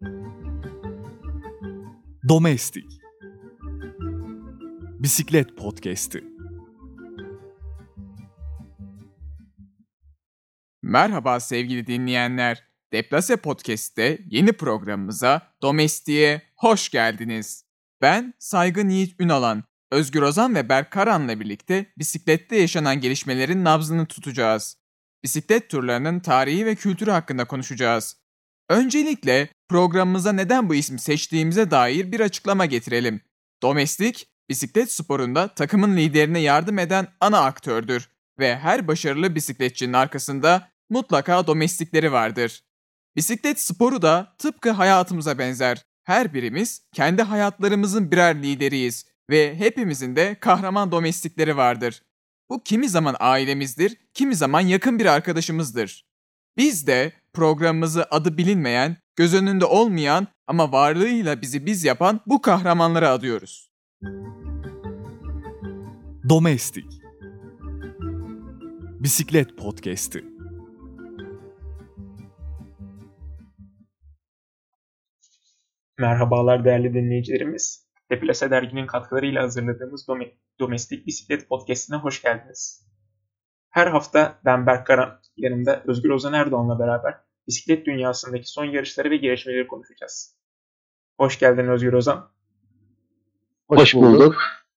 Domestik Bisiklet Podcast'i. Merhaba sevgili dinleyenler. Deplase Podcast'te yeni programımıza Domestik'e hoş geldiniz. Ben Saygın Yiğit Ünalan, Özgür Ozan ve Berk Karan'la birlikte bisiklette yaşanan gelişmelerin nabzını tutacağız. Bisiklet turlarının tarihi ve kültürü hakkında konuşacağız. Öncelikle programımıza neden bu ismi seçtiğimize dair bir açıklama getirelim. Domestik, bisiklet sporunda takımın liderine yardım eden ana aktördür ve her başarılı bisikletçinin arkasında mutlaka domestikleri vardır. Bisiklet sporu da tıpkı hayatımıza benzer. Her birimiz kendi hayatlarımızın birer lideriyiz ve hepimizin de kahraman domestikleri vardır. Bu kimi zaman ailemizdir, kimi zaman yakın bir arkadaşımızdır. Biz de programımızı adı bilinmeyen, göz önünde olmayan ama varlığıyla bizi biz yapan bu kahramanlara adıyoruz. Domestik Bisiklet Podcast'i. Merhabalar değerli dinleyicilerimiz. Deplase Dergi'nin katkılarıyla hazırladığımız Domestik Bisiklet Podcast'ine hoş geldiniz. Her hafta ben Berk Karan, yanımda Özgür Ozan Erdoğan'la beraber bisiklet dünyasındaki son yarışları ve gelişmeleri konuşacağız. Hoş geldin Özgür Ozan. Hoş bulduk.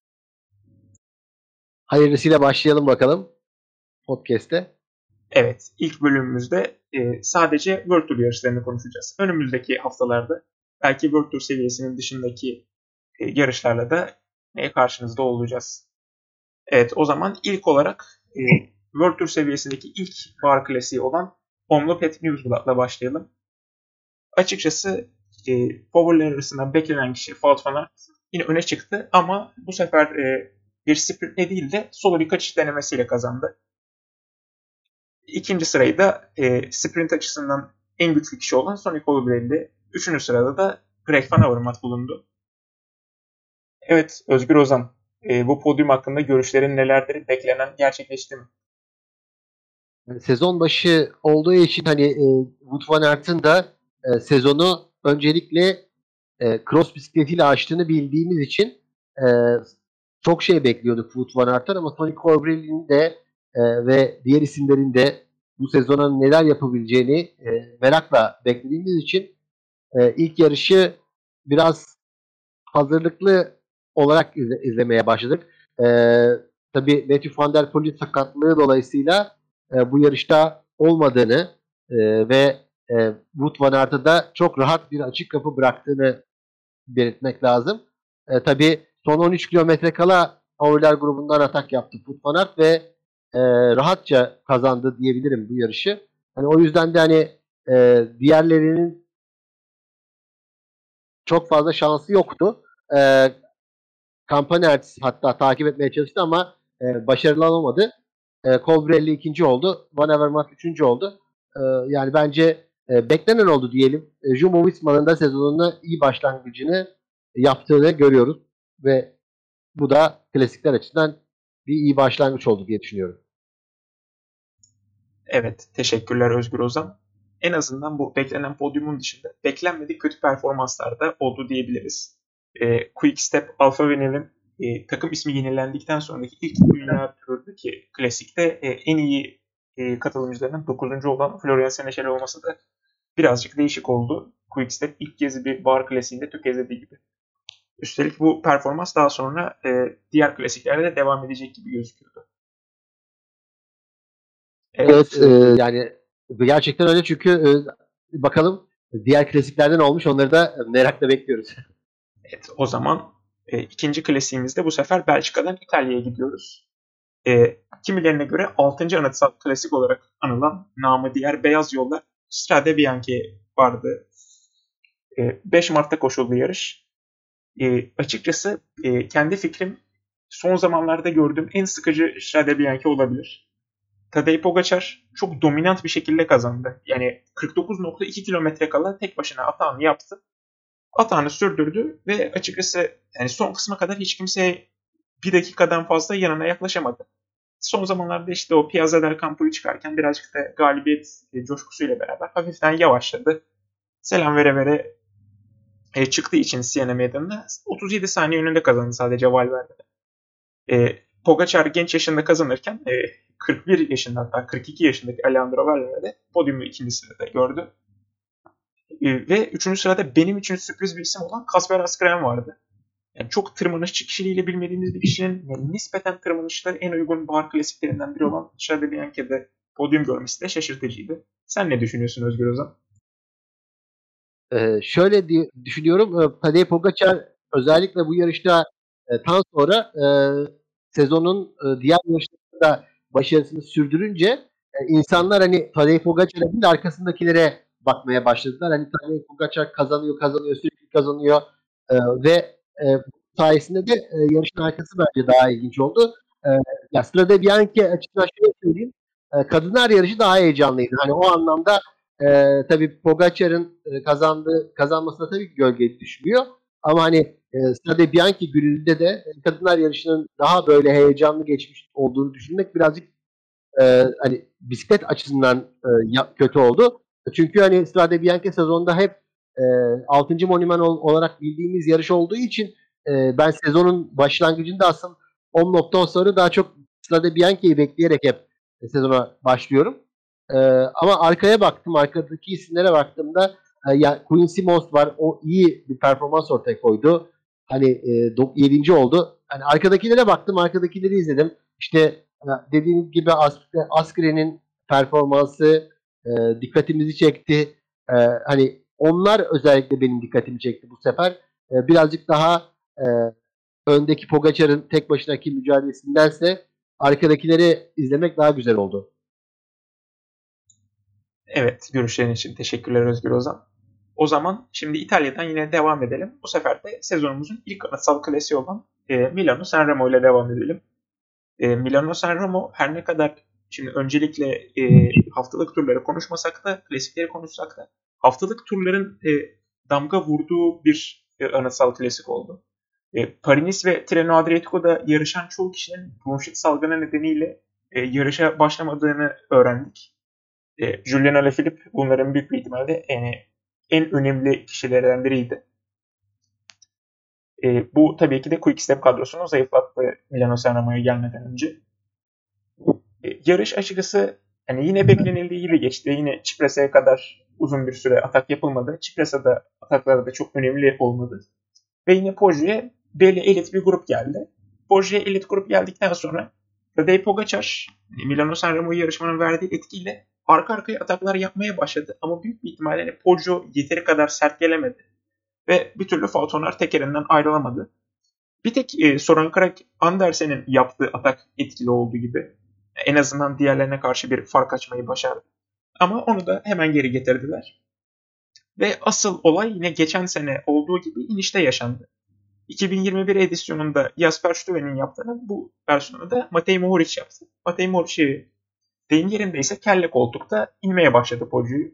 Hayırlısıyla başlayalım bakalım podcast'te. Evet, ilk bölümümüzde sadece World Tour yarışlarını konuşacağız. Önümüzdeki haftalarda belki World Tour seviyesinin dışındaki yarışlarla da karşınızda olacağız. Evet, o zaman ilk olarak World Tour seviyesindeki ilk bar klasiği olan Omloop at Nieuwsblad'la başlayalım. Açıkçası favoriler arasından beklenen kişi Wout van Aert yine öne çıktı ama bu sefer bir sprintle değil de solo bir kaçış denemesiyle kazandı. İkinci sırayı da sprint açısından en güçlü kişi olan Sonny Colbrelli. Üçüncü sırada da Greg Van Avermaet bulundu. Evet Özgür Ozan, bu podyum hakkında görüşlerin nelerdir? Beklenen gerçekleşti mi? Sezon başı olduğu için Wout van Aert'ın da sezonu öncelikle cross bisikletiyle açtığını bildiğimiz için çok şey bekliyorduk Wout van Aert'tan ama Sonny Colbrelli'nin de ve diğer isimlerin de bu sezona neler yapabileceğini merakla beklediğimiz için ilk yarışı biraz hazırlıklı olarak izlemeye başladık. Tabii Mathieu van der Poel'in sakatlığı dolayısıyla bu yarışta olmadığını ve Wout van Aert'a da çok rahat bir açık kapı bıraktığını belirtmek lazım. Tabii son 13 kilometre kala favoriler grubundan atak yaptı Wout van Aert ve rahatça kazandı diyebilirim bu yarışı. O yüzden de diğerlerinin çok fazla şansı yoktu. Campanert hatta takip etmeye çalıştı ama başarılı olamadı. Colbrelli ikinci oldu. Van Avermaet üçüncü oldu. Yani bence beklenen oldu diyelim. Jumbo-Visma'nın da sezonuna iyi başlangıcını yaptığını görüyoruz. Ve bu da klasikler açısından bir iyi başlangıç oldu diye düşünüyorum. Evet, teşekkürler Özgür Ozan. En azından bu beklenen podyumun dışında beklenmedik kötü performanslar da oldu diyebiliriz. Quick-Step Alpha Vinyl takım ismi yenilendikten sonraki ilk dünya turundaki klasikte en iyi katılımcılarının 9. olan Florian Sénéchal olması da birazcık değişik oldu. Quick-Step ilk kez bir bar klasiğinde tökezlediği gibi. Üstelik bu performans daha sonra diğer klasiklerde de devam edecek gibi gözüküyordu. Evet, yani gerçekten öyle çünkü bakalım diğer klasiklerden olmuş, onları da merakla bekliyoruz. Evet, o zaman ikinci klasiğimizde bu sefer Belçika'dan İtalya'ya gidiyoruz. Kimilerine göre 6. anıtsal klasik olarak anılan namı diğer beyaz yolda Strade Bianche vardı. 5 Mart'ta koşuldu yarış. Açıkçası kendi fikrim son zamanlarda gördüğüm en sıkıcı Strade Bianche olabilir. Tadej Pogačar çok dominant bir şekilde kazandı. Yani 49.2 kilometre kala tek başına atağını yaptı. Atağını sürdürdü ve açıkçası yani son kısma kadar hiç kimse bir dakikadan fazla yanına yaklaşamadı. Son zamanlarda işte o Piazza del Campo'yu çıkarken birazcık da galibiyet coşkusuyla beraber hafiften yavaşladı. Selam vere vere çıktığı için Siena meydanına 37 saniye önünde kazandı sadece Valverde. Pogacar genç yaşında kazanırken 41 yaşında hatta 42 yaşındaki Alejandro Valverde podyumu ikinci sırada gördü. Ve üçüncü sırada benim için sürpriz bir isim olan Kasper Asgreen vardı. Yani çok tırmanışçı kişiliğiyle bilmediğimiz bir kişinin nispeten tırmanışta en uygun bahar klasiklerinden biri olan Strade Bianche'de podyum görmesi de şaşırtıcıydı. Sen ne düşünüyorsun Özgür Ozan? Şöyle düşünüyorum. Tadej Pogacar özellikle bu yarışta tam sonra sezonun diğer yarışlarında da başarısını sürdürünce insanlar hani Tadej Pogacar'a değil arkasındakilere bakmaya başladılar. Hani Tadej Pogacar kazanıyor, sürekli kazanıyor ve sayesinde de yarışın arkası bence daha ilginç oldu. Ya Strade Bianche açısından şöyle söyleyeyim. Kadınlar yarışı daha heyecanlıydı. Hani o anlamda tabii Pogacar'ın kazanmasına tabii ki gölge düşmüyor. Ama hani Strade Bianche gününde de kadınlar yarışının daha böyle heyecanlı geçmiş olduğunu düşünmek birazcık hani bisiklet açısından kötü oldu. Çünkü hani Strade Bianche sezonda hep 6. Monument olarak bildiğimiz yarış olduğu için ben sezonun başlangıcında aslında 10.10 sonra daha çok Strade Bianche'yi bekleyerek hep sezona başlıyorum. Ama arkadaki isimlere baktığımda ya Quincy Most var. O iyi bir performans ortaya koydu. Hani 7. oldu. Hani arkadakileri izledim. İşte dediğim gibi Askren'in performansı dikkatimizi çekti. Hani onlar özellikle benim dikkatimi çekti bu sefer. Birazcık daha öndeki Pogacar'ın tek başınaki mücadelesindense arkadakileri izlemek daha güzel oldu. Evet, görüşlerin için teşekkürler Özgür Ozan. O zaman şimdi İtalya'dan yine devam edelim. Bu sefer de sezonumuzun ilk anıtsal klasiği olan Milano Sanremo ile devam edelim. Milano Sanremo her ne kadar şimdi öncelikle haftalık turları konuşmasak da, klasikleri konuşsak da haftalık turların damga vurduğu bir anıtsal klasik oldu. Paris ve Tirreno Adriatico'da yarışan çoğu kişinin bronşit salgını nedeniyle yarışa başlamadığını öğrendik. Julian Alaphilippe bunların büyük bir ihtimalle en önemli kişilerden biriydi. Bu tabii ki de Quick-Step kadrosunu zayıflattı Milano Sanremo'ya gelmeden önce. Yarış açıkçası yani yine beklenildiği gibi geçti. Yine Cipresa'ya kadar uzun bir süre atak yapılmadı. Cipresa'da atakları da çok önemli olmadı. Ve yine Poggio'ya böyle elit bir grup geldi. Poggio'ya elit grup geldikten sonra Tadej Pogacar Milano Sanremo'yu yarışmanın verdiği etkiyle arka arkaya ataklar yapmaya başladı. Ama büyük bir ihtimalle Poggio yeteri kadar sert gelemedi. Ve bir türlü Faltoner tekerinden ayrılamadı. Bir tek Soren Krag Andersen'in yaptığı atak etkili olduğu gibi. En azından diğerlerine karşı bir fark açmayı başardı. Ama onu da hemen geri getirdiler. Ve asıl olay yine geçen sene olduğu gibi inişte yaşandı. 2021 edisyonunda Jasper Stuyven'in yaptığını bu versiyonu da Matej Mohoric yaptı. Matej Mohoric'i deyim yerindeyse kelle koltukta inmeye başladı Poggio'yu.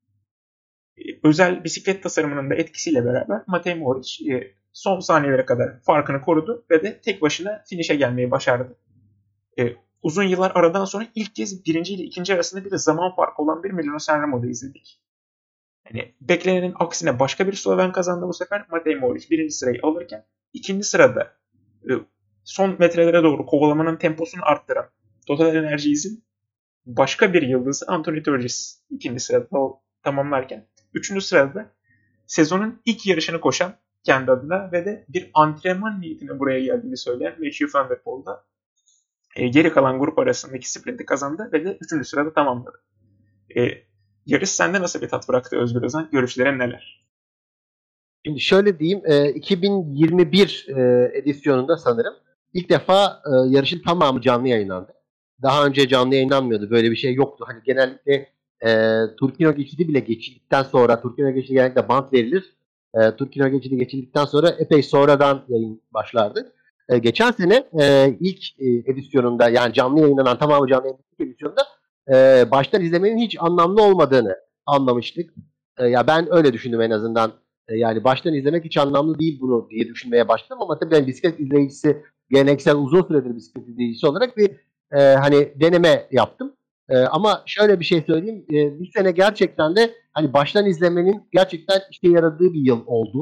Özel bisiklet tasarımının da etkisiyle beraber Matej Mohoric son saniyelere kadar farkını korudu ve de tek başına finish'e gelmeyi başardı. Uzun yıllar aradan sonra ilk kez birinci ile ikinci arasında bir zaman farkı olan bir Milano Sanremo'da izledik. Yani beklenenin aksine başka bir Sloven kazandı bu sefer. Matej Mohoric birinci sırayı alırken ikinci sırada son metrelere doğru kovalamanın temposunu arttıran Total Energies'in başka bir yıldızı Anthony Turgis ikinci sırada tamamlarken üçüncü sırada sezonun ilk yarışını koşan kendi adına ve de bir antrenman niyetine buraya geldiğini söyleyen Mathieu van der Poel da geri kalan grup arasındaki sprinti kazandı ve de üçüncü sırada tamamladı. Yarış sende nasıl bir tat bıraktı Özgür Özen? Görüşlerin neler? Şimdi şöyle diyeyim, 2021 edisyonunda sanırım ilk defa yarışın tamamı canlı yayınlandı. Daha önce canlı yayınlanmıyordu. Böyle bir şey yoktu. Hani genellikle Turkino geçidi bile geçildikten sonra, Turkino geçidi genellikle bant verilir. Turkino geçidi geçildikten sonra epey sonradan yayın başlardı. Geçen sene ilk edisyonunda, yani canlı yayınlanan, tamamı canlı yayınlanan ilk edisyonda baştan izlemenin hiç anlamlı olmadığını anlamıştık. Ya ben öyle düşündüm en azından. Yani baştan izlemek hiç anlamlı değil bunu diye düşünmeye başladım ama tabii ben bisiklet izleyicisi, geleneksel uzun süredir bisiklet izleyicisi olarak bir hani deneme yaptım. Ama şöyle bir şey söyleyeyim. Bir sene gerçekten de hani baştan izlemenin gerçekten işe yaradığı bir yıl oldu.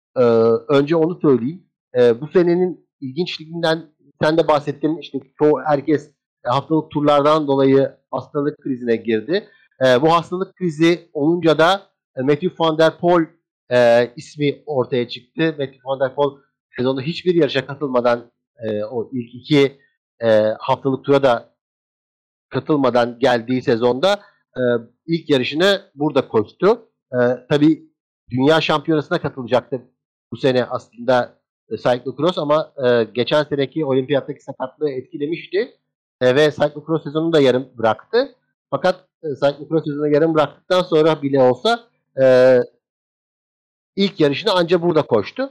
Önce onu söyleyeyim. Bu senenin ilginçliğinden sen de bahsettin. İşte çoğu herkes haftalık turlardan dolayı hastalık krizine girdi. Bu hastalık krizi olunca da Mathieu van der Poel ismi ortaya çıktı. Mathieu van der Poel sezonda hiçbir yarışa katılmadan o ilk iki haftalık tura da katılmadan geldiği sezonda ilk yarışını burada koştu. Tabii Dünya Şampiyonası'na katılacaktı bu sene aslında cyclocross ama geçen seneki olimpiyattaki sakatlığı etkilemişti ve cyclocross sezonunu da yarım bıraktı. Fakat cyclocross sezonunu yarım bıraktıktan sonra bile olsa ilk yarışını ancak burada koştu.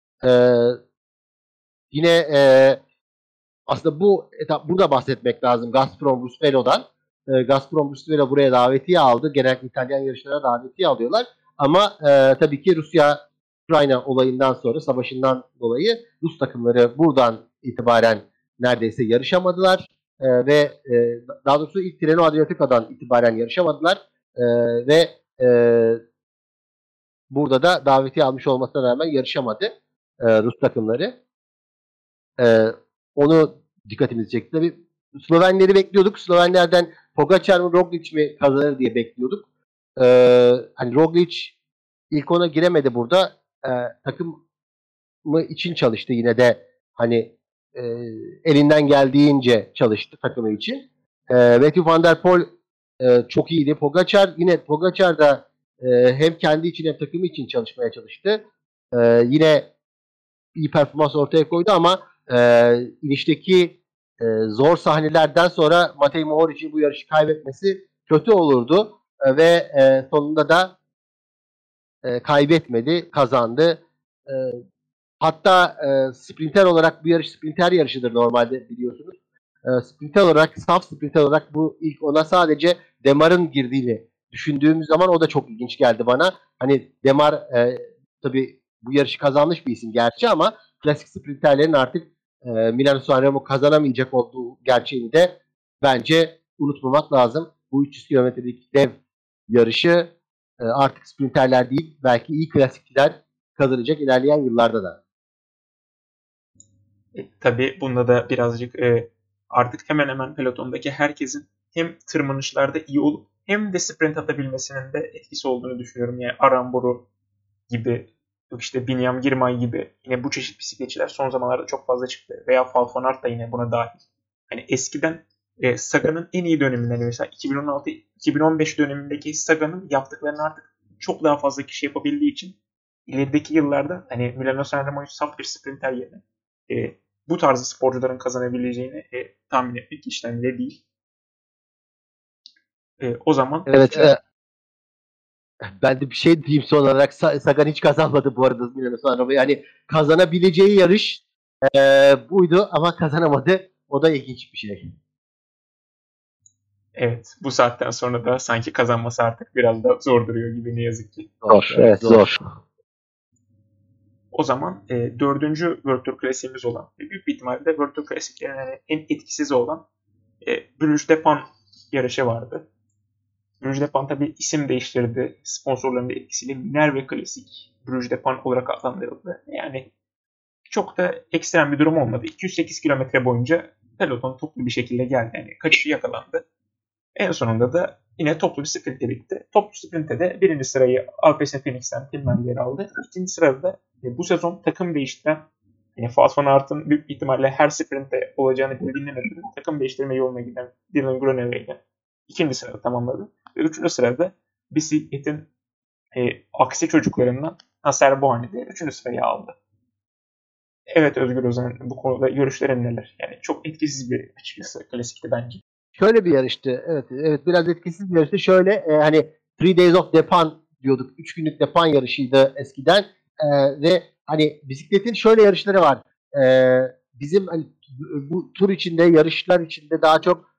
Yine aslında bu etap burada bahsetmek lazım Gazprom Rusvelo'dan. Gazprom Rusvelo buraya davetiye aldı. Genellikle İtalyan yarışlara davetiye alıyorlar. Ama tabii ki Rusya-Ukrayna olayından sonra, savaşından dolayı Rus takımları buradan itibaren neredeyse yarışamadılar. Ve daha doğrusu ilk Tirreno Adriatica'dan itibaren yarışamadılar. Ve burada da davetiye almış olmasına rağmen yarışamadı Rus takımları. Onu dikkatimizi çekti. Tabii Slovenleri bekliyorduk. Slovenlerden Pogačar mı Roglič mi kazanır diye bekliyorduk. Hani Roglič ilk ona giremedi burada. Takımı için çalıştı yine de hani elinden geldiğince çalıştı takımı için. Mathieu van der Poel çok iyiydi. Pogačar da hem kendi için hem takımı için çalışmaya çalıştı. Yine iyi performans ortaya koydu ama inişteki zor sahnelerden sonra Matej Mohoric'in bu yarışı kaybetmesi kötü olurdu ve sonunda da kaybetmedi, kazandı. Hatta sprinter olarak bu yarış sprinter yarışıdır normalde biliyorsunuz. Sprinter olarak, saf sprinter olarak bu ilk ona sadece Demar'ın girdiğini düşündüğümüz zaman o da çok ilginç geldi bana. Hani Demar tabii bu yarışı kazanmış bir isim gerçi ama klasik sprinterlerin artık Milano-San Remo kazanamayacak olduğu gerçeğini de bence unutmamak lazım. Bu 300 kilometrelik dev yarışı artık sprinterler değil, belki iyi klasikçiler kazanacak ilerleyen yıllarda da. Tabii bunda da birazcık artık hemen hemen pelotondaki herkesin hem tırmanışlarda iyi olup hem de sprint atabilmesinin de etkisi olduğunu düşünüyorum. Yani Aramburu gibi, işte Binyam Girmay gibi yine bu çeşit bisikletçiler son zamanlarda çok fazla çıktı. Veya Wout van Aert da yine buna dahil. Hani eskiden Saga'nın en iyi döneminde mesela 2016-2015 dönemindeki Saga'nın yaptıklarını artık çok daha fazla kişi yapabildiği için ilerideki yıllarda hani Milano-San Remo'yu saf bir sprinter yerine bu tarzı sporcuların kazanabileceğini tahmin etmek işten bile değil. O zaman evet, ben de bir şey diyeyim son olarak. Sagan hiç kazanmadı bu arada Milano-San Remo. Yani kazanabileceği yarış buydu ama kazanamadı. O da ilginç bir şey. Evet, bu saatten sonra da sanki kazanması artık biraz da zor duruyor gibi ne yazık ki. Zor, evet zor. O zaman 4. World Tour klasiğimiz olan ve büyük bir ihtimalle World Tour klasiklerinin en etkisiz olan Bruges-Depan yarışı vardı. Bruges-Depan tabii isim değiştirdi. Sponsorların da etkisiyle Minerve Klasik Bruges-Depan olarak adlandırıldı. Yani çok da ekstrem bir durum olmadı. 208 kilometre boyunca peloton toplu bir şekilde geldi. Yani kaçışı yakalandı. En sonunda da yine toplu bir sprinte bitti. Toplu sprinte de birinci sırayı Alpecin Phoenix'ten Tilman aldı. İkinci sırada da bu sezon takım değiştiren Wout van Aert'ın büyük ihtimalle her sprinte olacağını bildiğinden ötürü takım değiştirme yoluna giden Dylan Groenewegen ile ikinci sırada tamamladı. Ve üçüncü sırada bisikletin aksi çocuklarından Nasser Bohani de üçüncü sırayı aldı. Evet Özgür Ozan, bu konuda görüşlerin neler? Yani çok etkisiz bir açıkçası klasikti bence. Şöyle bir yarıştı. Evet biraz etkisiz bir yarıştı. Şöyle hani 3 Days of Depan diyorduk. 3 günlük Depan yarışıydı eskiden. Ve hani bisikletin şöyle yarışları var. Bizim hani bu tur içinde, yarışlar içinde daha çok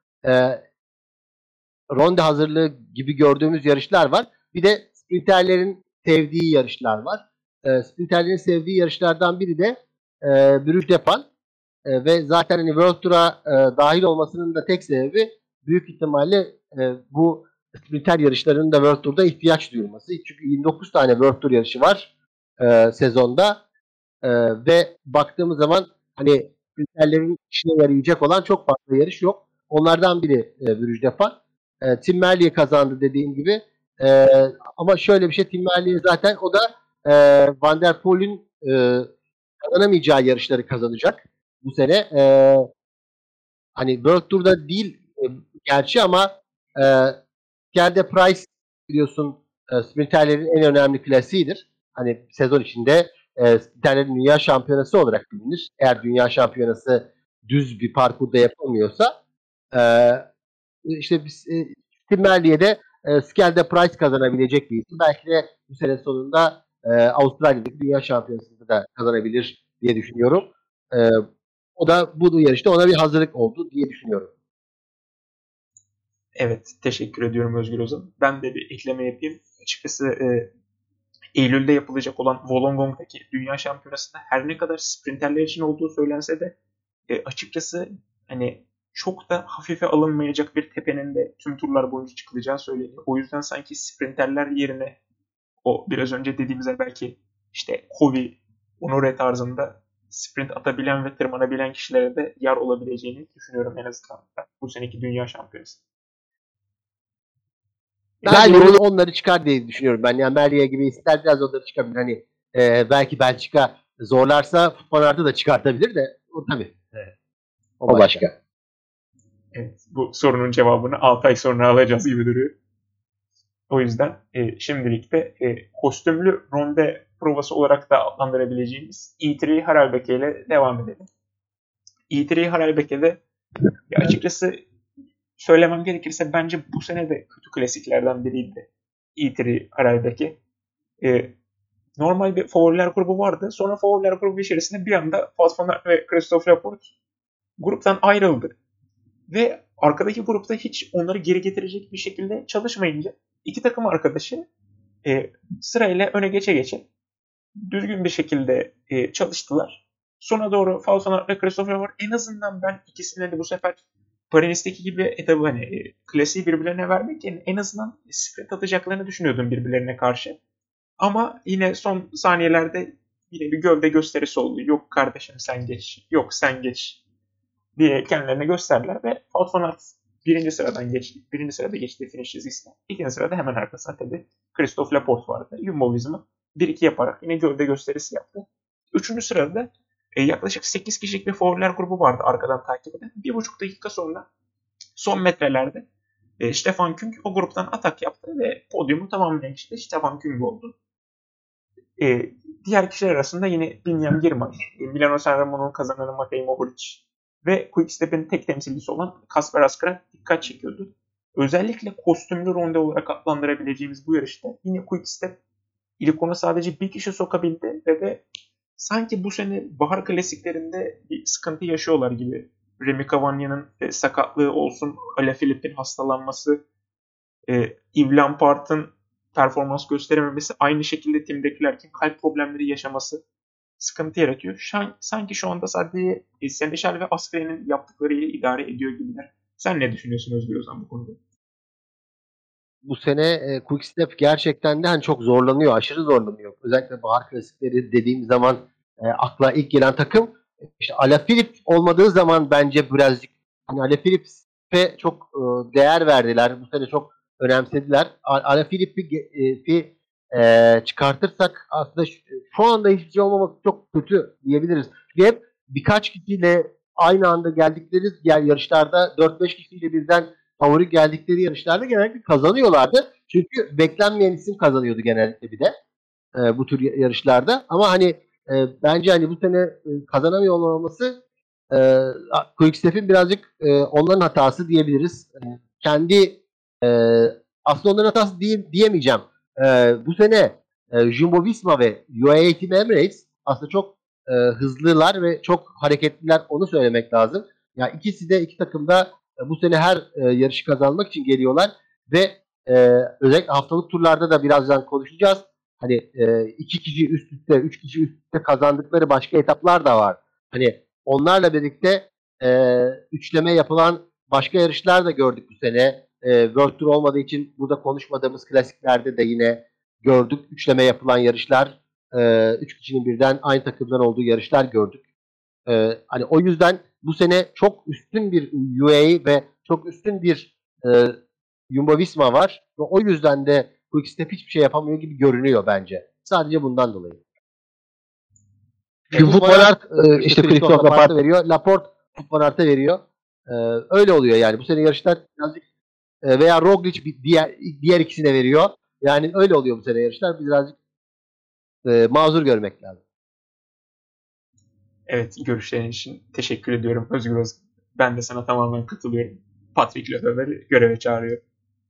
ronde hazırlığı gibi gördüğümüz yarışlar var. Bir de sprinterlerin sevdiği yarışlar var. Sprinterlerin sevdiği yarışlardan biri de Bruges-Depan. Ve zaten hani World Tour'a dahil olmasının da tek sebebi büyük ihtimalle bu sprinter yarışlarının da World Tour'da ihtiyaç duyulması. Çünkü 29 tane World Tour yarışı var. sezonda. Ve baktığımız zaman hani kriterlerin işine yarayacak olan çok fazla yarış yok. Onlardan biri Brüj Depa. Tim Merlier kazandı dediğim gibi. Ama şöyle bir şey, Tim Merlier zaten o da Van der Poel'ün kazanamayacağı yarışları kazanacak bu sene. Hani World Tour'da değil gerçi ama Gelde Price biliyorsun sprinterlerin en önemli klasiğidir. Hani sezon içinde sprinterlerin dünya şampiyonası olarak bilinir. Eğer dünya şampiyonası düz bir parkurda yapılmıyorsa işte biz Tim Merlier'de Gelde Price kazanabilecek bir isim. Belki de bu sene sonunda Avustralya'daki dünya şampiyonasında da kazanabilir diye düşünüyorum. O da bu yarışta ona bir hazırlık oldu diye düşünüyorum. Evet, teşekkür ediyorum Özgür Ozan. Ben de bir ekleme yapayım. Açıkçası Eylül'de yapılacak olan Wollongong'daki Dünya Şampiyonası'nda her ne kadar sprinterler için olduğu söylense de açıkçası hani çok da hafife alınmayacak bir tepenin de tüm turlar boyunca çıkılacağı söyleniyor. O yüzden sanki sprinterler yerine o biraz önce dediğimizde belki işte Kovi, Onore tarzında sprint atabilen ve tırmanabilen kişilere de yer olabileceğini düşünüyorum en azından bu seneki Dünya Şampiyonası. Bence onları çıkar diye düşünüyorum ben. Yani Merlier gibi ister biraz onları çıkabilir. Hani belki Belçika zorlarsa Futbanart'ı da çıkartabilir de o tabii. Evet. O başka. Evet, bu sorunun cevabını 6 ay sonra alacağız gibi duruyor. O yüzden şimdilik de kostümlü ronde provası olarak da adlandırabileceğimiz E3 Harelbeke ile devam edelim. E3 Harelbeke'de açıkçası söylemem gerekirse bence bu sene de kötü klasiklerden biriydi E3 Harelbeke. Normal bir favoriler grubu vardı. Sonra favoriler grubu içerisinde bir anda Wout van Aert ve Christophe Laporte gruptan ayrıldı. Ve arkadaki grupta hiç onları geri getirecek bir şekilde çalışmayınca iki takım arkadaşı sırayla öne geçe düzgün bir şekilde çalıştılar. Sona doğru Wout van Aert ve Christophe Laporte en azından ben ikisine de bu sefer Paris-Nice'deki gibi etabı hani klasiği birbirlerine vermek yerine en azından sprint atacaklarını düşünüyordum birbirlerine karşı. Ama yine son saniyelerde yine bir gövde gösterisi oldu. Yok kardeşim sen geç, yok sen geç diye kendilerine gösterdiler ve Wout van Aert birinci sırada geçti finish çizgisine. İkinci sırada hemen arkasında tabii Christophe Laporte vardı. Jumbo-Visma 1-2 yaparak yine gövde gösterisi yaptı. Üçüncü sırada yaklaşık 8 kişilik bir favoriler grubu vardı arkadan takip eden. 1,5 dakika sonra son metrelerde Stefan Küng o gruptan atak yaptı ve podyumu tamamlayan kişi de Stefan Küng oldu. Diğer kişiler arasında yine Binyam Girmay, Milano Sanremo'nun kazananı Matej Mohoric ve Quickstep'in tek temsilcisi olan Kasper Asgreen dikkat çekiyordu. Özellikle kostümlü ronde olarak adlandırabileceğimiz bu yarışta yine Quickstep ilk ona sadece bir kişi sokabildi ve de sanki bu sene bahar klasiklerinde bir sıkıntı yaşıyorlar gibi. Remy Cavagna's sakatlığı olsun, Alaphilippe'in hastalanması, Yves Lampaert'ın performans gösterememesi, aynı şekilde timdekilerken kalp problemleri yaşaması sıkıntı yaratıyor. Sanki şu anda sadece Seneschal ve Asgreen'in yaptıklarıyla idare ediyor gibiler. Sen ne düşünüyorsun Özgür Ozan bu konuda? Bu sene Quickstep gerçekten de hani çok zorlanıyor, aşırı zorlanıyor. Özellikle bahar klasikleri dediğim zaman akla ilk gelen takım işte Alaphilippe olmadığı zaman bence birazcık hani Alaphilippe'e çok değer verdiler. Bu sene çok önemsediler. Alaphilippe'i çıkartırsak aslında şu anda hiçbir şey olmaması çok kötü diyebiliriz. Çünkü hep birkaç kişiyle aynı anda geldikleri yarışlarda 4-5 kişiyle birden favori geldikleri yarışlarda genellikle kazanıyorlardı. Çünkü beklenmeyen isim kazanıyordu genellikle bir de bu tür yarışlarda. Ama hani bence hani bu sene kazanamıyor olması Quickstep'in birazcık onların hatası diyebiliriz. Kendi aslında onların hatası diyemeyeceğim. Bu sene Jumbo-Visma ve UAE Team Emirates aslında çok hızlılar ve çok hareketliler, onu söylemek lazım. Yani ikisi de iki takım da bu sene her yarışı kazanmak için geliyorlar ve özellikle haftalık turlarda da birazdan konuşacağız. Hani 2 kişi üst üste, 3 kişi üst üste kazandıkları başka etaplar da var. Hani onlarla birlikte üçleme yapılan başka yarışlar da gördük bu sene. World Tour olmadığı için burada konuşmadığımız klasiklerde de yine gördük üçleme yapılan yarışlar. Üç kişinin birden aynı takımdan olduğu yarışlar gördük. Hani o yüzden bu sene çok üstün bir UAE ve çok üstün bir Jumbo-Visma var. Ve o yüzden de Quickstep hiçbir şey yapamıyor gibi görünüyor bence. Sadece bundan dolayı. Wout van Aert işte Christophe Laporte veriyor. Laporte Wout van Aert'e veriyor. Öyle oluyor yani. Bu sene yarışlar birazcık veya Roglic diğer ikisine veriyor. Yani öyle oluyor bu sene yarışlar. Birazcık mazur görmek lazım. Evet, görüşlerin için teşekkür ediyorum Özgür Ozan. Ben de sana tamamen katılıyorum. Patrick Lefever'i göreve çağırıyor.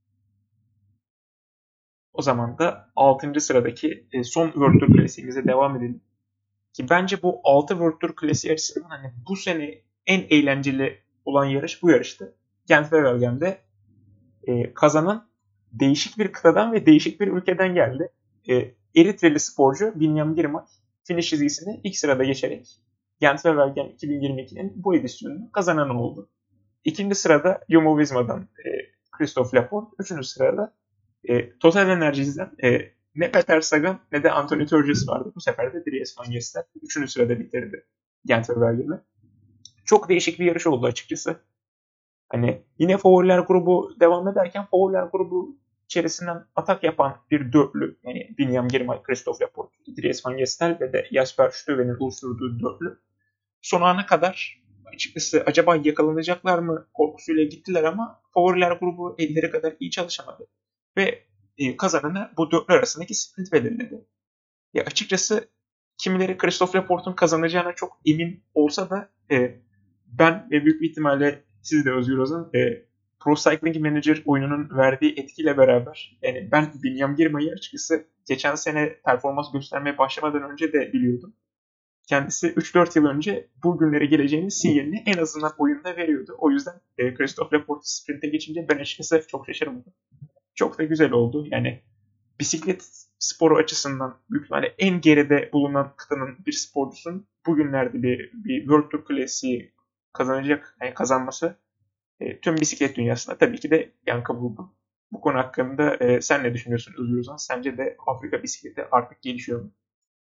O zaman da 6. sıradaki son World Tour klasiğimize devam edelim. Ki bence bu 6 World Tour klasiği açısından hani bu sene en eğlenceli olan yarış bu yarıştı. Gent-Wevelgem'de kazanan değişik bir kıtadan ve değişik bir ülkeden geldi. Eritreli sporcu Binyam Girmay finish çizgisini ilk sırada geçerek Gent-Wevelgem 2022'nin bu edisyonunu kazananı oldu. İkinci sırada Jumbo-Visma'dan Christophe Laporte. Üçüncü sırada Total Energies'den ne Peter Sagan ne de Anthony Turgis vardı. Bu sefer de Dries Van Gestel üçüncü sırada bitirdi Gent-Wevelgem'i. Çok değişik bir yarış oldu açıkçası. Hani yine favoriler grubu devam ederken favoriler grubu içerisinden atak yapan bir dörtlü, yani Binyam Girmay, Christophe Laporte, Dries Van Gestel ve de Jasper Stuyven'in oluşturduğu dörtlü son ana kadar açıkçası acaba yakalanacaklar mı korkusuyla gittiler ama favoriler grubu elleri kadar iyi çalışamadı. Ve kazananı bu dörtlü arasındaki sprint belirledi. Ya açıkçası kimileri Christophe Laporte'un kazanacağına çok emin olsa da ben ve büyük bir ihtimalle siz de Özgür Ozan Pro Cycling Manager oyununun verdiği etkiyle beraber yani ben Binyam Girmay'ı açıkçası geçen sene performans göstermeye başlamadan önce de biliyordum. Kendisi 3-4 yıl önce bu günlere geleceğinin sinyalini en azından oyunda veriyordu. O yüzden Christophe Laporte sprinte geçince ben açıkçası çok şaşırmadım. Çok da güzel oldu. Yani bisiklet sporu açısından büyük ihtimalle en geride bulunan kıtanın bir sporcusun bugünlerde bir World Tour klasiği kazanacak, yani kazanması tüm bisiklet dünyasında tabii ki de yankı buldu. Bu konu hakkında sen ne düşünüyorsun Özgür Ozan? Sence de Afrika bisikleti artık gelişiyor mu?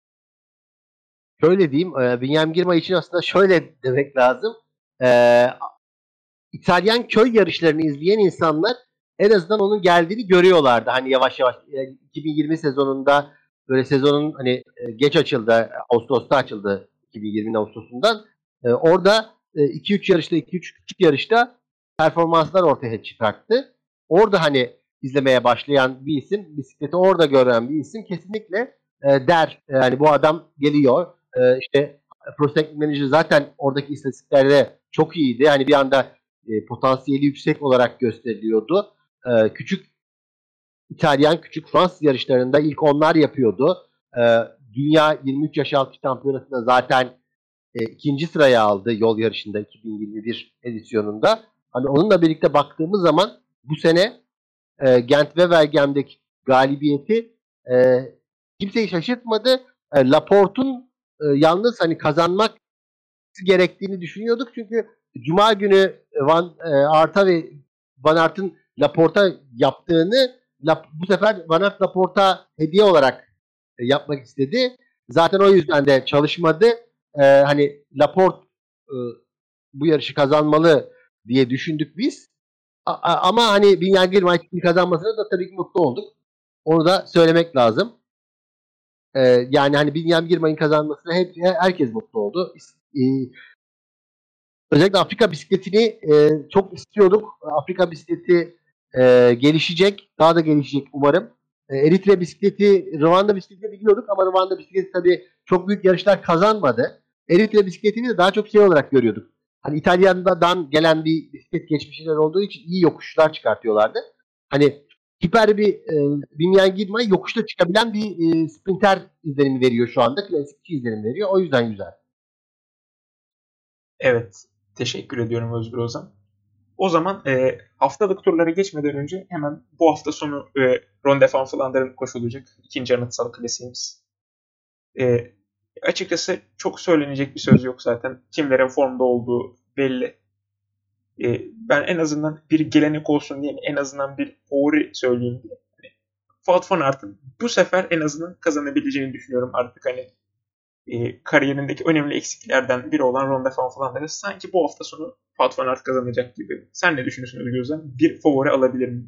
Şöyle diyeyim, Binyam Girmay için aslında şöyle demek lazım. İtalyan köy yarışlarını izleyen insanlar en azından onun geldiğini görüyorlardı. Hani yavaş yavaş 2020 sezonunda böyle sezonun hani geç açıldı, Ağustos'ta açıldı 2020'nin Ağustos'undan. Orada 2-3 yarışta, 2-3 küçük yarışta performanslar ortaya çıkarttı. Orada hani izlemeye başlayan bir isim, bisikleti orada gören bir isim kesinlikle der. Yani bu adam geliyor. İşte Pro Cycling Manager zaten oradaki istatistiklerde çok iyiydi. Yani bir anda potansiyeli yüksek olarak gösteriliyordu. Küçük İtalyan, küçük Fransız yarışlarında ilk onlar yapıyordu. Dünya 23 yaş altı şampiyonasında zaten ikinci sıraya aldı yol yarışında 2021 edisyonunda. Hani onunla birlikte baktığımız zaman bu sene Gent-Wevelgem'deki galibiyeti kimseyi şaşırtmadı. Laporte'un yalnız hani kazanmak gerektiğini düşünüyorduk. Çünkü Cuma günü Van Aert'a ve Van Aert'ın Laporte'a yaptığını bu sefer Van Aert Laporte'a hediye olarak yapmak istedi. Zaten o yüzden de çalışmadı. Hani Laporte bu yarışı kazanmalı diye düşündük biz. Ama hani Binyam Girmay kazanmasına da tabii ki mutlu olduk. Onu da söylemek lazım. Yani hani Binyam Girmay'ın kazanmasına herkes mutlu oldu. Özellikle Afrika bisikletini çok istiyorduk. Afrika bisikleti gelişecek. Daha da gelişecek umarım. Eritre bisikleti, Rwanda bisikleti biliyorduk ama Rwanda bisikleti tabii çok büyük yarışlar kazanmadı. Eritre bisikletini de daha çok şey olarak görüyorduk. Hani İtalya'dan gelen bir bisiklet geçmişler olduğu için iyi yokuşlar çıkartıyorlardı. Hani hiper bir Binyam Girmay yokuşta çıkabilen bir sprinter izlenimi veriyor şu anda. Klasikçi izlenimi veriyor. O yüzden güzel. Evet. Teşekkür ediyorum Özgür Ozan. O zaman haftalık turlara geçmeden önce hemen bu hafta sonu Ronde van Vlaanderen'in koşulacak ikinci anıtsal klasiğimiz. Açıkçası çok söylenecek bir söz yok zaten. Kimlerin formda olduğu belli. Ben en azından bir gelenek olsun diye en azından bir favori söyleyeyim diye. Wout van Aert'ın bu sefer en azından kazanabileceğini düşünüyorum. Artık hani kariyerindeki önemli eksiklerden biri olan Ronde van Vlaander'ı sanki bu hafta sonu Wout van Aert kazanacak gibi. Sen ne düşünüyorsun Özgür Özen? Bir favori alabilir mi?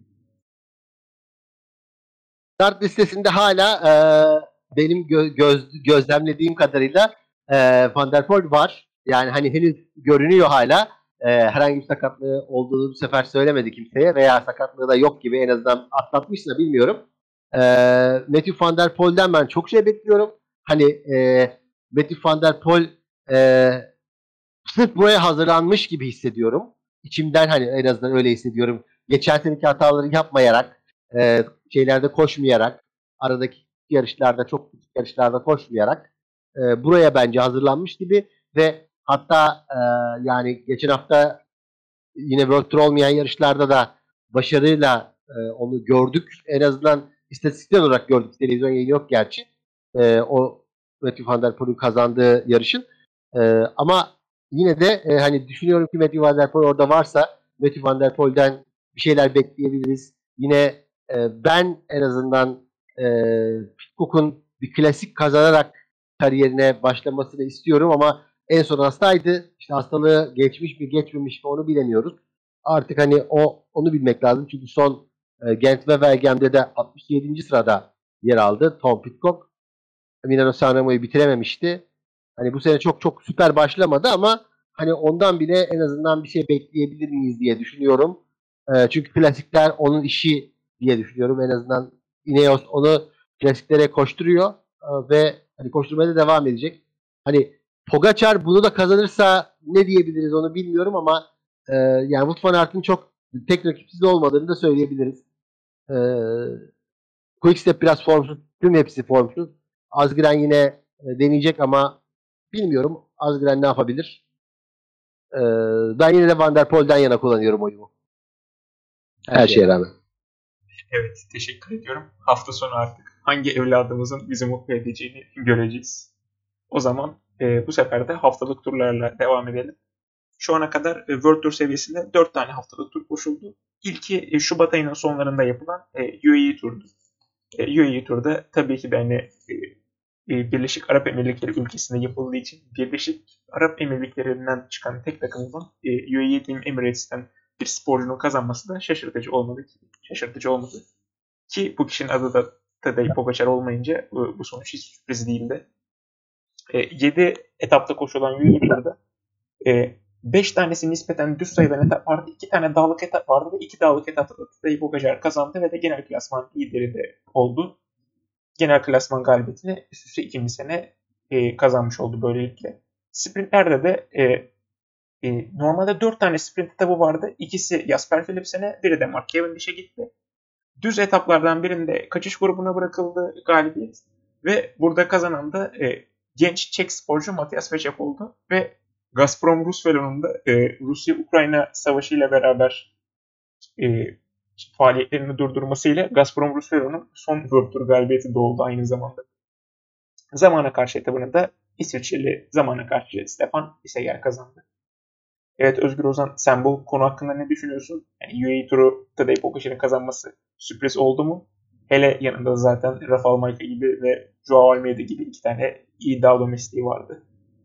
Start listesinde hala benim gözlemlediğim kadarıyla Van der Poel var. Yani hani henüz görünüyor hala. Herhangi bir sakatlığı olduğunu bu sefer söylemedi kimseye veya sakatlığı da yok gibi, en azından atlatmışsa bilmiyorum. Matthew Van der Poel'den ben çok şey bekliyorum. Hani Matthew Van der Poel sırf buraya hazırlanmış gibi hissediyorum. İçimden hani en azından öyle hissediyorum. Geçen seneki hataları yapmayarak, şeylerde koşmayarak, aradaki yarışlarda, çok küçük yarışlarda koşmayarak buraya bence hazırlanmış gibi ve hatta yani geçen hafta yine World Tour olmayan yarışlarda da başarıyla onu gördük. En azından istatistiksel olarak gördük. Televizyon yayını yok gerçi. O Matthew Van der Poel'ün kazandığı yarışın. Ama yine de hani düşünüyorum ki Matthew Van der Poel orada varsa Matthew Van der Poel'den bir şeyler bekleyebiliriz. Yine ben en azından Pitcock'un bir klasik kazanarak kariyerine başlamasını istiyorum ama en son hastaydı. İşte hastalığı geçmiş mi geçmemiş mi onu bilemiyoruz. Artık hani onu bilmek lazım. Çünkü son Gent ve Wevelgem'de de 67. sırada yer aldı Tom Pidcock. Milano Sanremo'yu bitirememişti. Hani bu sene çok çok süper başlamadı ama hani ondan bile en azından bir şey bekleyebilir miyiz diye düşünüyorum. Çünkü klasikler onun işi diye düşünüyorum. En azından Ineos onu klasiklere koşturuyor ve hani koşturmaya da devam edecek. Hani Pogacar bunu da kazanırsa ne diyebiliriz onu bilmiyorum ama yani Wout van Aert'in çok tek rakipsiz olmadığını da söyleyebiliriz. Quickstep biraz formsuz. Tüm hepsi formsuz. Asgreen yine deneyecek ama bilmiyorum Asgreen ne yapabilir. Ben yine de Van der Poel'den yana kullanıyorum oyumu. Her şeye rağmen. Evet, teşekkür ediyorum. Hafta sonu artık hangi evladımızın bizi mutlu edeceğini göreceğiz. O zaman bu sefer de haftalık turlarla devam edelim. Şu ana kadar World Tour seviyesinde 4 tane haftalık tur koşuldu. İlki Şubat ayının sonlarında yapılan UAE turdu. UAE turda tabii ki de hani Birleşik Arap Emirlikleri ülkesinde yapıldığı için Birleşik Arap Emirlikleri'nden çıkan tek takım olan UAE Team Emirates'ten bir sporcunun kazanması da şaşırtıcı olmadı. Ki bu kişinin adı da Tadej Pogacar olmayınca bu sonuç hiç sürpriz değildi. 7 etapta koşulan UAE turda 5 tanesi nispeten düz sayılan etap vardı. 2 tane dağlık etap vardı ve 2 dağlık etapta da Tadej Pogacar kazandı ve de genel klasman lideri de oldu. Genel klasman galibiyetini üst üste ikinci sene kazanmış oldu böylelikle. Sprintlerde de normalde 4 tane sprint etabı vardı. İkisi Jasper Philipsen'e, biri de Mark Cavendish'e gitti. Düz etaplardan birinde kaçış grubuna bırakıldı galibiyet ve burada kazanan da genç Çek sporcu Matthias Vecek oldu ve Gazprom Rus Velo'nun da Rusya-Ukrayna savaşı ile beraber faaliyetlerini durdurmasıyla Gazprom Rus Velo'nun son World Tour galibiyeti de oldu aynı zamanda. Zamana karşı etabını da İsviçreli zamana karşı Stefan Isseger kazandı. Evet Özgür Ozan, sen bu konu hakkında ne düşünüyorsun? Yani UAE turu Tadej Pogacar'ın kazanması sürpriz oldu mu? Hele yanında zaten Rafael Majka gibi ve Joao Almeida gibi 2 tane iyi dağ domestiği vardı.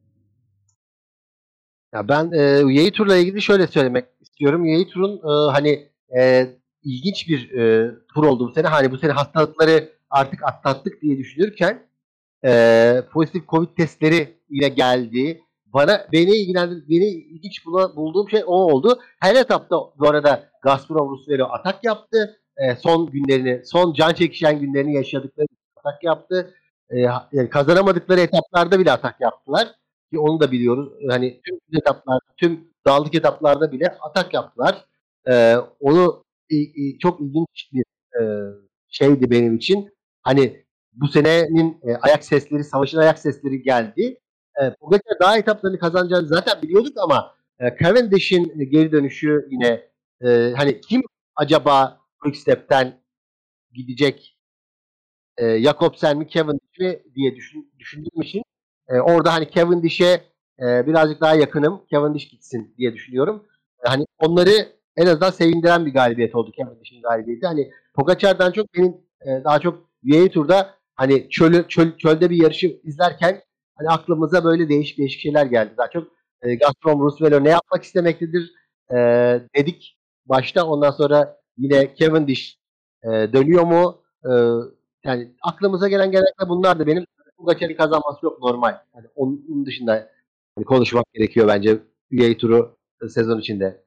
Ya ben UAE turla ilgili şöyle söylemek istiyorum. UAE turun hani ilginç bir tur oldu bu sene. Hani bu sene hastalıkları artık atlattık diye düşünürken pozitif Covid testleri ile geldi. Beni ilginç bulduğum şey o oldu. Her etapta bu arada Gazprom Rus Velo atak yaptı. Son can çekişen günlerini yaşadıkları atak yaptı. Yani kazanamadıkları etaplarda bile atak yaptılar. Ki onu da biliyoruz. Hani tüm dağlık etaplarda bile atak yaptılar. Onu çok ilginç bir şeydi benim için. Hani bu senenin savaşın ayak sesleri geldi. Pogacar daha etaplarını kazanacağını zaten biliyorduk ama Cavendish'in geri dönüşü yine hani kim acaba Quickstep'ten gidecek, Jakobsen mi Cavendish mi diye düşündüğüm için orada hani Cavendish'e birazcık daha yakınım. Cavendish gitsin diye düşünüyorum. Hani onları en azından sevindiren bir galibiyet oldu Cavendish'in galibiyeti. Hani Pogacar'dan çok benim daha çok UAE Tour'da hani çölde bir yarışı izlerken hani aklımıza böyle değişik şeyler geldi. Daha çok Gazprom Roosevelt ne yapmak istemektedir dedik başta. Ondan sonra yine Cavendish dönüyor mu? Yani aklımıza gelen genellikle bunlar da benim. Pogacar'ın kazanması çok normal. Yani onun dışında hani konuşmak gerekiyor bence UAE Tour'u sezon içinde.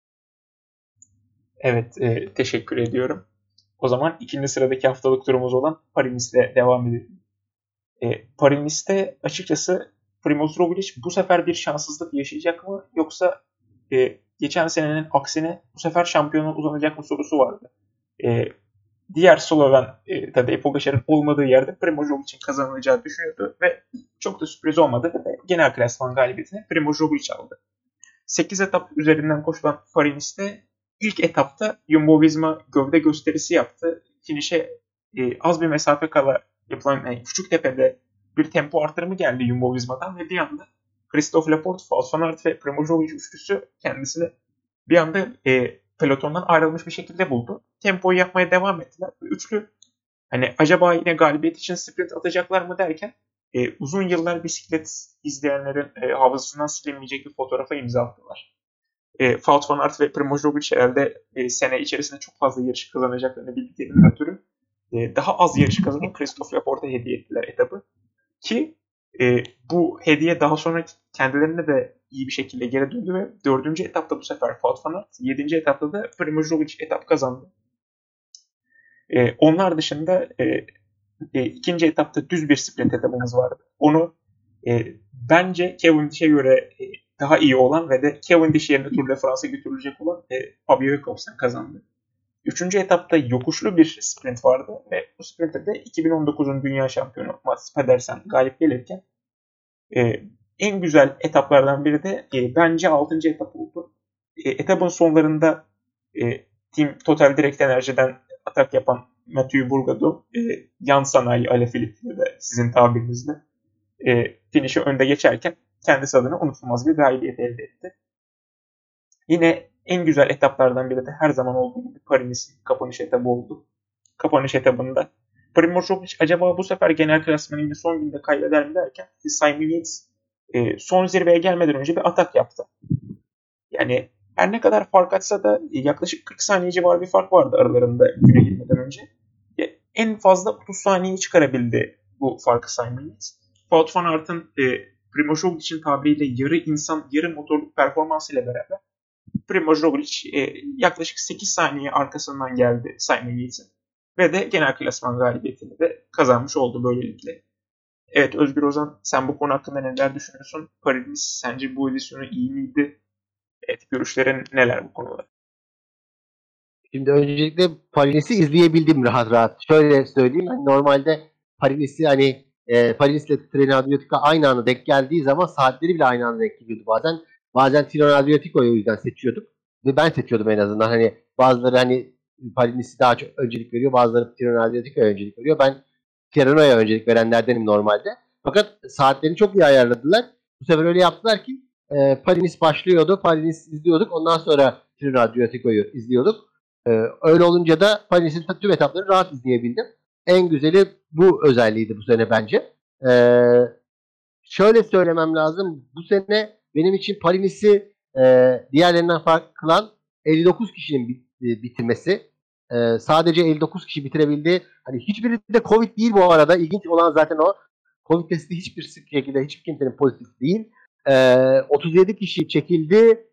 Evet, teşekkür ediyorum. O zaman ikinci sıradaki haftalık turumuz olan Paris-Nice'le devam edelim. Paris-Nice'te açıkçası Primož Roglič bu sefer bir şanssızlık yaşayacak mı? Yoksa geçen senenin aksine bu sefer şampiyona uzanacak mı sorusu vardı. Diğer Sloven Tadej Pogacar'ın olmadığı yerde Primož Roglic'in kazanacağı düşünüyordu ve çok da sürpriz olmadı ve genel klasman galibiyetini Primož Roglič aldı. 8 etap üzerinden koşulan Paris-Nice'te ilk etapta Jumbo-Visma gövde gösterisi yaptı. Finişe az bir mesafe kala yapılan Küçüktepe'de bir tempo artırımı geldi Jumbo-Visma'dan ve bir anda Christophe Laporte, Wout van Aert ve Primož Roglič üçlüsü kendisini bir anda pelotondan ayrılmış bir şekilde buldu. Tempoyu yapmaya devam ettiler. Üçlü hani acaba yine galibiyet için sprint atacaklar mı derken uzun yıllar bisiklet izleyenlerin hafızasından silinmeyecek bir fotoğrafa imza attılar. Wout van Aert ve Primož Roglič herhalde sene içerisinde çok fazla yarış kazanacaklarını bildiklerinden ötürü daha az yarış kazanan Christophe Laporte'a hediye ettiler etabı. Ki bu hediye daha sonra kendilerine de iyi bir şekilde geri döndü ve 4. etapta bu sefer Wout van Aert, 7. etapta da Primož Roglič etap kazandı. Onlar dışında ikinci etapta düz bir sprint etapımız vardı. Onu bence Cavendish'e göre daha iyi olan ve de Cavendish yerine Tour de France'a götürülecek olan Fabio Jacobsen kazandı. Üçüncü etapta yokuşlu bir sprint vardı ve bu sprintte de 2019'un dünya şampiyonu Mats Pedersen galip gelirken en güzel etaplardan biri de bence 6. etap oldu. Etapın sonlarında Team Total Direct Enerji'den atak yapan Mathieu Bourgadeau yan sanayi Alaphilippe de sizin tabirinizle finişi önde geçerken kendisi adına unutulmaz bir galibiyet elde etti. Yine en güzel etaplardan biri de her zaman olduğu gibi Paris-Nice'in kapanış etabı oldu. Kapanış etabında Primož Roglič acaba bu sefer genel klasmanını son günde kaybeder mi derken Simon Yates son zirveye gelmeden önce bir atak yaptı. Yani her ne kadar fark açsa da yaklaşık 40 saniye civarı bir fark vardı aralarında güne girmeden önce. En fazla 30 saniyeyi çıkarabildi bu farkı Simon Yates. Wout van Aert'ın Primož Roglic'in tabiriyle yarı insan, yarı motorluk performansıyla beraber Primož Roglič yaklaşık 8 saniye arkasından geldi Simon Yates'in. Ve de genel klasman galibiyetini de kazanmış oldu böylelikle. Evet Özgür Ozan, sen bu konu hakkında neler düşünüyorsun? Paris sence bu edisyonu iyi miydi? Evet, görüşlerin neler bu konuda? Şimdi öncelikle Paris'i izleyebildim rahat. Şöyle söyleyeyim, hani normalde Paris'i hani Paris'le Tirreno Adriatico aynı anda denk geldiği zaman saatleri bile aynı anda denk geliyordu bazen. Bazen Tirreno Adriatico'yu o yüzden seçiyorduk. Ve ben seçiyordum en azından. Hani bazıları hani Paris'i daha çok öncelik veriyor. Bazıları Tirreno Adriatico'ya öncelik veriyor. Ben Tirreno'ya öncelik verenlerdenim normalde. Fakat saatlerini çok iyi ayarladılar. Bu sefer öyle yaptılar ki Paris başlıyordu. Paris izliyorduk. Ondan sonra Tirreno Adriatico'yu izliyorduk. Öyle olunca da Paris'in tüm etaplarını rahat izleyebildim. En güzeli bu özelliğiydi bu sene bence. Şöyle söylemem lazım. Bu sene benim için Paris'i diğerlerinden farklı kılan 59 kişinin bitirmesi. Sadece 59 kişi bitirebildi. Hani hiçbiri de Covid değil bu arada. İlginç olan zaten o. Covid testi hiçbir şekilde hiçbir kimsenin pozitif değil. 37 kişi çekildi.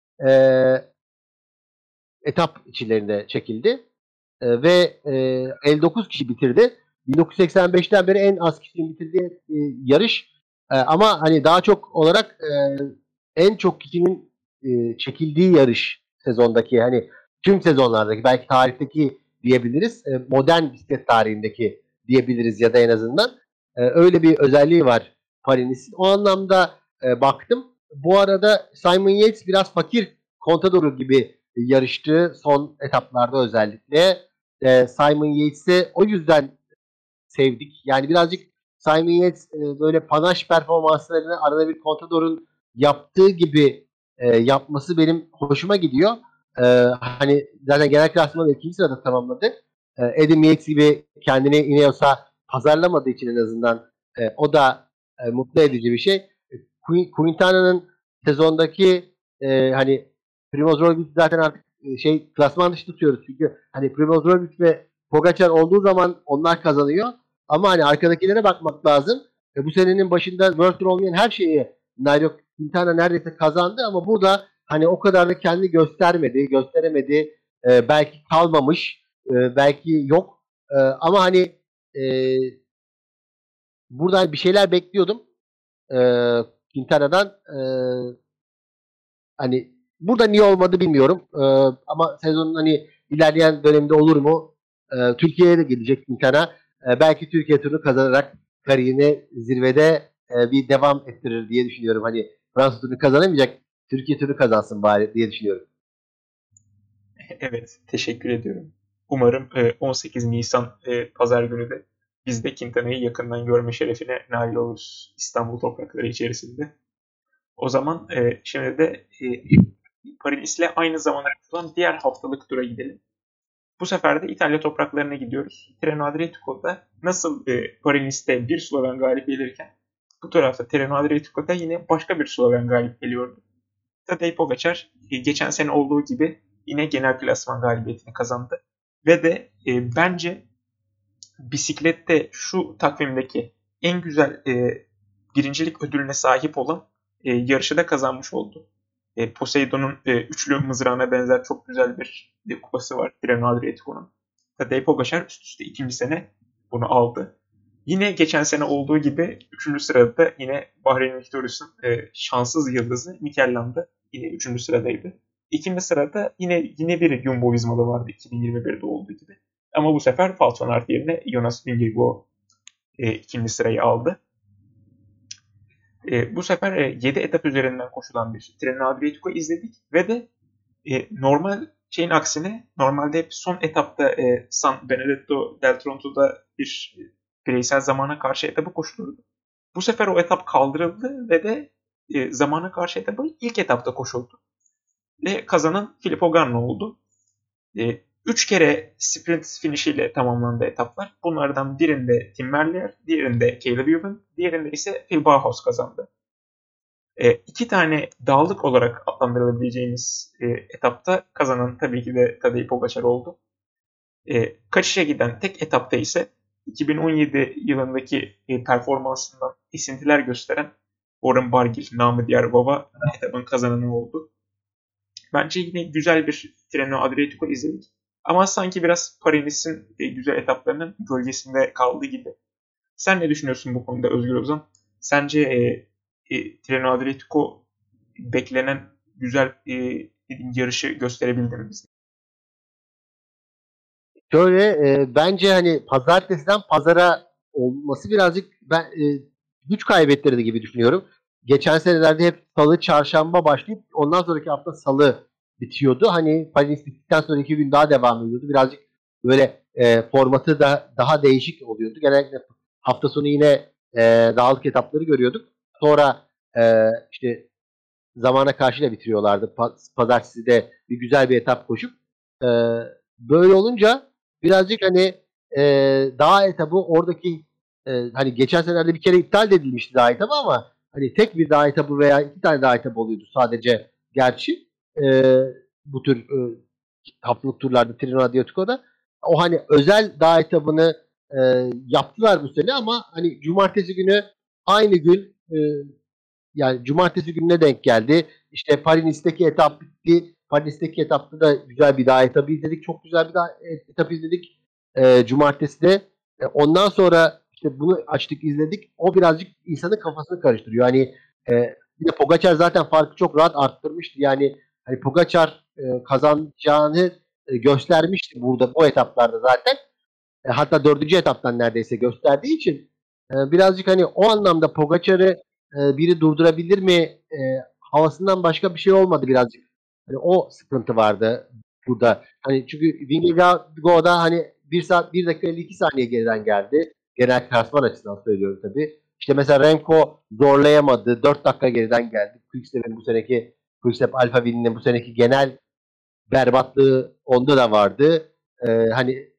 Etap içlerinde çekildi. Ve 59 kişi bitirdi. 1985'ten beri en az kişinin bitirdiği yarış. Ama hani daha çok olarak en çok kişinin çekildiği yarış sezondaki, hani tüm sezonlardaki, belki tarihteki diyebiliriz. Modern bisiklet tarihindeki diyebiliriz ya da en azından. Öyle bir özelliği var Paris'in. O anlamda baktım. Bu arada Simon Yates biraz fakir Contador gibi yarıştı son etaplarda özellikle. Simon Yates'i o yüzden sevdik. Yani birazcık Simon Yates böyle panaş performanslarını arada bir Contador'un yaptığı gibi yapması benim hoşuma gidiyor. Hani zaten genel klasmanı 2. sırada tamamladı. Adam Yates gibi kendini Ineos'a pazarlamadığı için en azından o da mutlu edici bir şey. Quintana'nın sezondaki hani Primoz Roglic zaten artık klasman dışı tutuyoruz. Çünkü hani Primoz Roglic ve Pogacar olduğu zaman onlar kazanıyor. Ama hani arkadakilere bakmak lazım. Bu senenin başında World Tour olmayan her şeyi Nairo Quintana neredeyse kazandı ama burada hani o kadar da kendi gösteremedi. Belki kalmamış, belki yok. Ama hani buradan bir şeyler bekliyordum Quintana'dan. Hani burada niye olmadı bilmiyorum. Ama sezonun hani ilerleyen döneminde olur mu? Türkiye'ye de gelecek Quintana. Belki Türkiye turunu kazanarak kariyerini zirvede bir devam ettirir diye düşünüyorum. Hani Fransa turunu kazanamayacak, Türkiye turunu kazansın bari diye düşünüyorum. Evet, teşekkür ediyorum. Umarım 18 Nisan Pazar günü de biz de Quintana'yı yakından görme şerefine nail oluruz İstanbul toprakları içerisinde. O zaman şimdi de Paris-Nice'le aynı zamanda yapılan diğer haftalık tura gidelim. Bu sefer de İtalya topraklarına gidiyoruz. Tirreno Adriatico'da nasıl Paris-Nice'de bir Sloven galip gelirken bu tarafta Tirreno Adriatico'da yine başka bir Sloven galip geliyordu. Tadej Pogacar geçen sene olduğu gibi yine genel klasman galibiyetini kazandı. Ve de bence bisiklette şu takvimdeki en güzel birincilik ödülüne sahip olan yarışı da kazanmış oldu. Poseidon'un üçlü mızrağına benzer çok güzel bir kupası var Tirreno Adriatico'nun. Tadej Pogacar üst üste ikinci sene bunu aldı. Yine geçen sene olduğu gibi 3. sırada da yine Bahreyn Victorious'un şanssız yıldızı Mikel Landa yine 3. sıradaydı. 2. sırada yine bir Jumbo Visma'da vardı 2021'de olduğu gibi. Ama bu sefer Wout van Aert yerine Jonas Vingegaard 2. sırayı aldı. Bu sefer 7 etap üzerinden koşulan bir Tirreno Adriatico izledik ve de normal şeyin aksine normalde hep son etapta San Benedetto del Tronto'da bir bireysel zamana karşı etabı koşulurdu. Bu sefer o etap kaldırıldı ve de zamana karşı etabı ilk etapta koşuldu. Ve kazanan Filippo Ganna oldu. 3 kere sprint finişiyle tamamlandı etaplar. Bunlardan birinde Tim Merlier, diğerinde Caleb Ewan, diğerinde ise Phil Bauhaus kazandı. 2 tane dağlık olarak adlandırılabileceğimiz etapta kazanan tabii ki de Tadej Pogacar oldu. Kaçışa giden tek etapta ise 2017 yılındaki performansından esintiler gösteren Warren Barguil, namı diğer Vova etapın kazananı oldu. Bence yine güzel bir Tirreno Adriatico izledik. Ama sanki biraz Paris-Nice'in güzel etaplarının gölgesinde kaldığı gibi. Sen ne düşünüyorsun bu konuda Özgür Ozan? Sence Tirreno Adriatico beklenen güzel yarışı gösterebildi mi bize? Şöyle bence hani pazartesiden pazara olması birazcık güç kaybettirdi gibi düşünüyorum. Geçen senelerde hep salı, çarşamba başlayıp ondan sonraki hafta salı bitiyordu. Hani Paris bittikten sonra 2 gün daha devam ediyordu. Birazcık böyle formatı da daha değişik oluyordu. Genellikle hafta sonu yine dağlık etapları görüyorduk. Sonra işte zamana karşı da bitiriyorlardı. Pazartesi de bir güzel bir etap koşup böyle olunca birazcık hani dağ etabı oradaki hani geçen senelerde bir kere iptal edilmişti dağ etabı ama hani tek bir dağ etabı veya 2 tane dağ etabı oluyordu sadece gerçi bu tür haftalık turlarda Tirreno Adriatico'da o hani özel dağ etabını yaptılar bu sene ama hani cumartesi günü aynı gün yani cumartesi gününe denk geldi. İşte Paris-Nice'deki etap bitti. Paris'teki etapta da güzel bir dağ etabı izledik. Çok güzel bir dağ etap izledik. Cumartesi de. Ondan sonra işte bunu açtık izledik. O birazcık insanın kafasını karıştırıyor. Hani bir de Pogacar zaten farkı çok rahat arttırmıştı. Yani hani Pogacar kazanacağını göstermişti burada bu etaplarda zaten. Hatta 4. etaptan neredeyse gösterdiği için birazcık hani o anlamda Pogacar'ı biri durdurabilir mi havasından başka bir şey olmadı birazcık. Hani o sıkıntı vardı burada. Hani çünkü Vingegaard'a hani 1 saat 1 dakika 52 saniye geriden geldi. Genel klasman açısından söylüyorum tabii. İşte mesela Remco zorlayamadı. 4 dakika geriden geldi. Quickstep Alpha Viny'nin bu seneki genel berbatlığı onda da vardı. Hani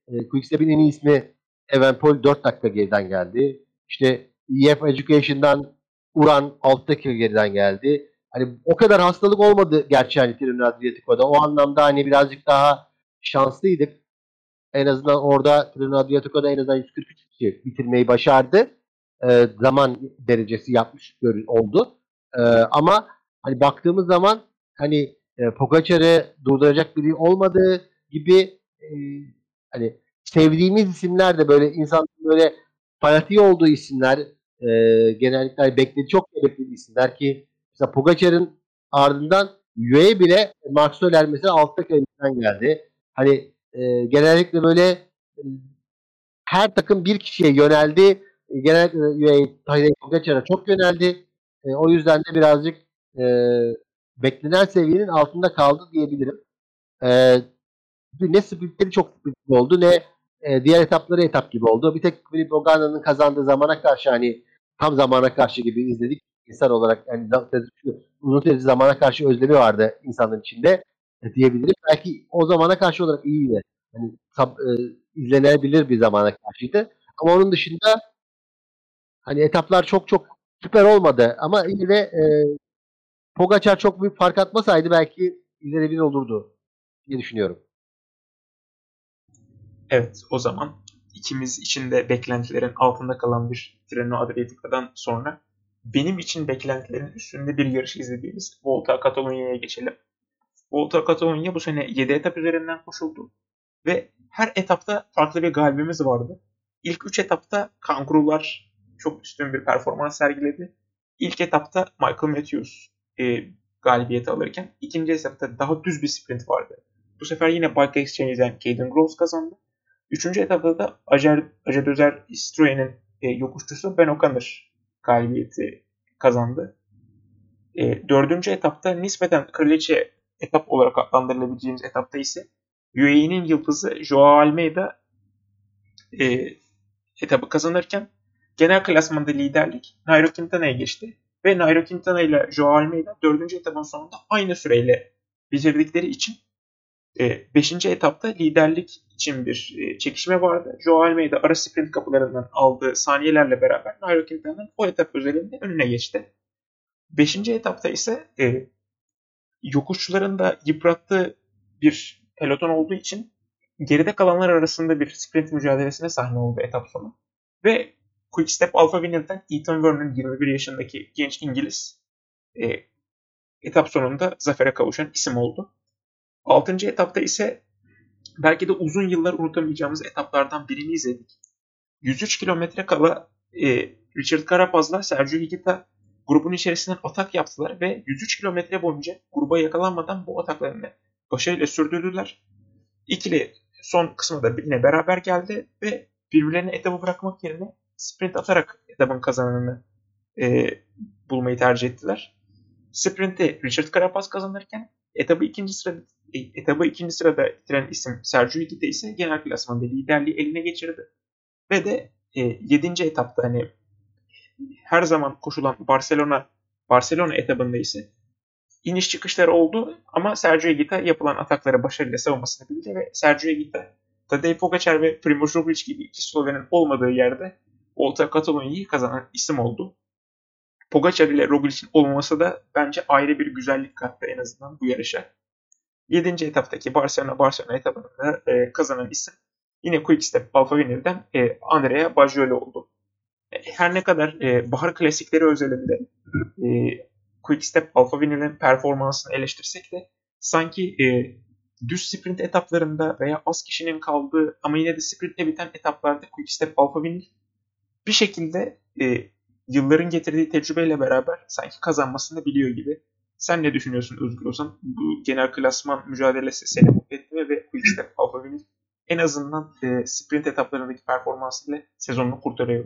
Quickstep'in en iyi ismi Evenepoel 4 dakika geriden geldi. İşte EF Education'dan Uran 6 dakika geriden geldi. Hani o kadar hastalık olmadı gerçi hani Tirreno Adriatico'da. O anlamda hani birazcık daha şanslıydık. En azından orada Tirreno Adriatico'da en azından 143 kişi bitirmeyi başardı. Zaman derecesi yapmış oldu. Ama hani baktığımız zaman hani Pogacar'ı durduracak biri olmadığı gibi hani sevdiğimiz isimler de böyle insan böyle fanatiği olduğu isimler genellikle hani çok beklediği isimler ki mesela Pogacar'ın ardından UAE bile Marc Soler mesela altta kayıptan geldi. Hani genellikle böyle her takım bir kişiye yöneldi. Genellikle UAE Pogacar'a çok yöneldi. O yüzden de birazcık e, beklenen seviyenin altında kaldı diyebilirim. Ne sprintleri çok sprintli oldu ne diğer etapları etap gibi oldu. Bir tek Filip Oganna'nın kazandığı zamana karşı hani tam zamana karşı gibi izledik insan olarak yani uzun süreli zamana karşı özlemi vardı insanların içinde diyebilirim. Belki o zamana karşı olarak iyiydi. Hani izlenebilir bir zamana karşıydı. Ama onun dışında hani etaplar çok çok süper olmadı ama yine de Pogacar çok büyük fark atmasaydı belki izlenebilir olurdu diye düşünüyorum. Evet, o zaman ikimiz için de beklentilerin altında kalan bir Tirreno Adriatico'dan sonra benim için beklentilerin üstünde bir yarış izlediğimiz Volta a Catalunya'ya geçelim. Volta a Catalunya bu sene 7 etap üzerinden koşuldu ve her etapta farklı bir galibimiz vardı. İlk 3 etapta kangurular çok üstün bir performans sergiledi. İlk etapta Michael Matthews galibiyeti alırken ikinci etapta daha düz bir sprint vardı. Bu sefer yine Bike Exchange'den Caden Groves kazandı. Üçüncü etapta da Ajadozer Citroen'in yokuşçusu Ben O'Connor galibiyeti kazandı. Dördüncü etapta nispeten kraliçe etap olarak adlandırılabileceğimiz etapta ise UAE'nin yıldızı Joao Almeida etabı kazanırken genel klasmanda liderlik Nairo Quintana'ya geçti. Ve Nairo Quintana ile Joao Almeida 4. etapın sonunda aynı süreyle bitirdikleri için 5. etapta liderlik için bir çekişme vardı. Joao Almeida ara sprint kapılarından aldığı saniyelerle beraber Nairo Quintana'nın o etap özelinde önüne geçti. 5. etapta ise yokuşçuların da yıprattığı bir peloton olduğu için geride kalanlar arasında bir sprint mücadelesine sahne oldu etap sonu. Ve Quickstep Alpha Vinyl Ethan Vernon 21 yaşındaki genç İngiliz etap sonunda zafere kavuşan isim oldu. 6. etapta ise belki de uzun yıllar unutamayacağımız etaplardan birini izledik. 103 kilometre kala Richard Carapaz'la Sergio Higuita grubun içerisinden atak yaptılar ve 103 kilometre boyunca gruba yakalanmadan bu ataklarını başarıyla sürdürdüler. İkili son kısmında yine beraber geldi ve birbirlerine etabı bırakmak yerine sprint atarak etabın kazananını bulmayı tercih ettiler. Sprint'i Richard Carapaz kazanırken etabı ikinci sırada bitiren isim Sergio Higuita ise genel klasmanda liderliği eline geçirdi. Ve de 7. etapta hani her zaman koşulan Barcelona etabında ise iniş çıkışları oldu ama Sergio Higuita yapılan atakları başarıyla savunmasını bildi ve Sergio Higuita, Tadej Pogacar ve Primož Roglič gibi iki Sloven'in olmadığı yerde Volta a Catalunya'yı kazanan isim oldu. Pogacar ile Roglic'in olmaması da bence ayrı bir güzellik kattı en azından bu yarışa. 7. etaptaki Barcelona etabını da kazanan isim yine Quickstep Alpha Vinyl Andrea Baggioli oldu. Her ne kadar bahar klasikleri özelinde Quickstep Alpha Vinyl'in performansını eleştirsek de sanki düz sprint etaplarında veya az kişinin kaldığı ama yine de sprintle biten etaplarda Quickstep Alpha Vinyl bir şekilde yılların getirdiği tecrübeyle beraber sanki kazanmasını biliyor gibi. Sen ne düşünüyorsun Özgür Ozan? Bu genel klasman mücadelesi seni mutlu etti mi ve Quickstep Alpha Vinyl en azından sprint etaplarındaki performansıyla sezonunu kurtarıyor?